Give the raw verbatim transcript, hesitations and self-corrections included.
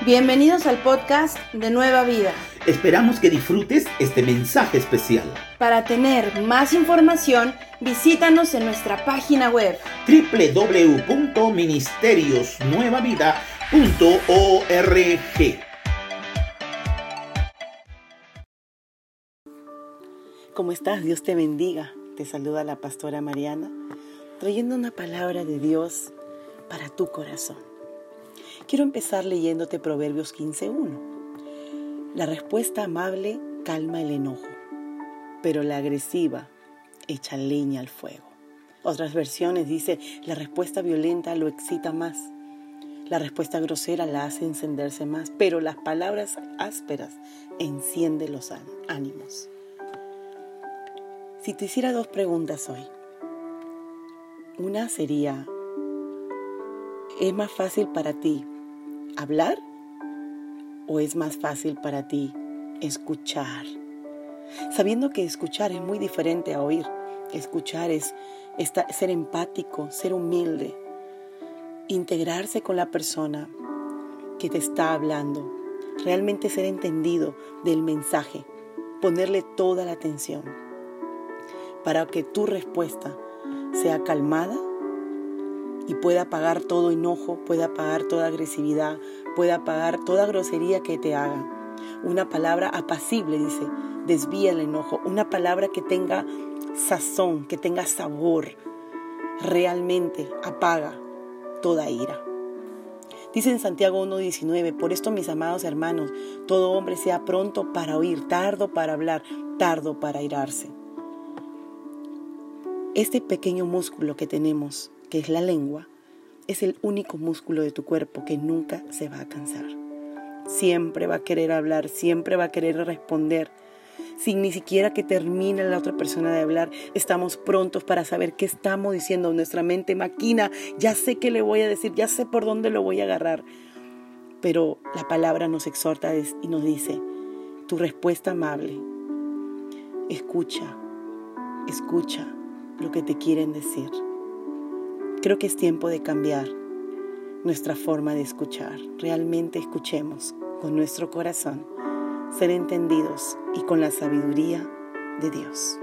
Bienvenidos al podcast de Nueva Vida. Esperamos que disfrutes este mensaje especial. Para tener más información, visítanos en nuestra página web doble u doble u doble u punto ministerios nueva vida punto org. ¿Cómo estás? Dios te bendiga. Te saluda la pastora Mariana, trayendo una palabra de Dios para tu corazón. Quiero empezar leyéndote Proverbios quince uno. La respuesta amable calma el enojo, pero la agresiva echa leña al fuego. Otras versiones dice, la respuesta violenta lo excita más. La respuesta grosera la hace encenderse más, pero las palabras ásperas encienden los ánimos. Si te hiciera dos preguntas hoy, una sería, ¿es más fácil para ti hablar o es más fácil para ti escuchar? Sabiendo que escuchar es muy diferente a oír. Escuchar es estar, ser empático, ser humilde, integrarse con la persona que te está hablando, realmente ser entendido del mensaje, ponerle toda la atención para que tu respuesta sea calmada y pueda apagar todo enojo, pueda apagar toda agresividad, pueda apagar toda grosería que te hagan. Una palabra apacible, dice, desvía el enojo. Una palabra que tenga sazón, que tenga sabor, realmente apaga toda ira. Dice en Santiago uno diecinueve, por esto, mis amados hermanos, todo hombre sea pronto para oír, tardo para hablar, tardo para airarse. Este pequeño músculo que tenemos, que es la lengua, es el único músculo de tu cuerpo que nunca se va a cansar. Siempre va a querer hablar, siempre va a querer responder. Sin ni siquiera que termine la otra persona de hablar, estamos prontos para saber qué estamos diciendo. Nuestra mente maquina, ya sé qué le voy a decir, ya sé por dónde lo voy a agarrar. Pero la palabra nos exhorta y nos dice, tu respuesta amable, escucha, escucha lo que te quieren decir. Creo que es tiempo de cambiar nuestra forma de escuchar. Realmente escuchemos con nuestro corazón, ser entendidos y con la sabiduría de Dios.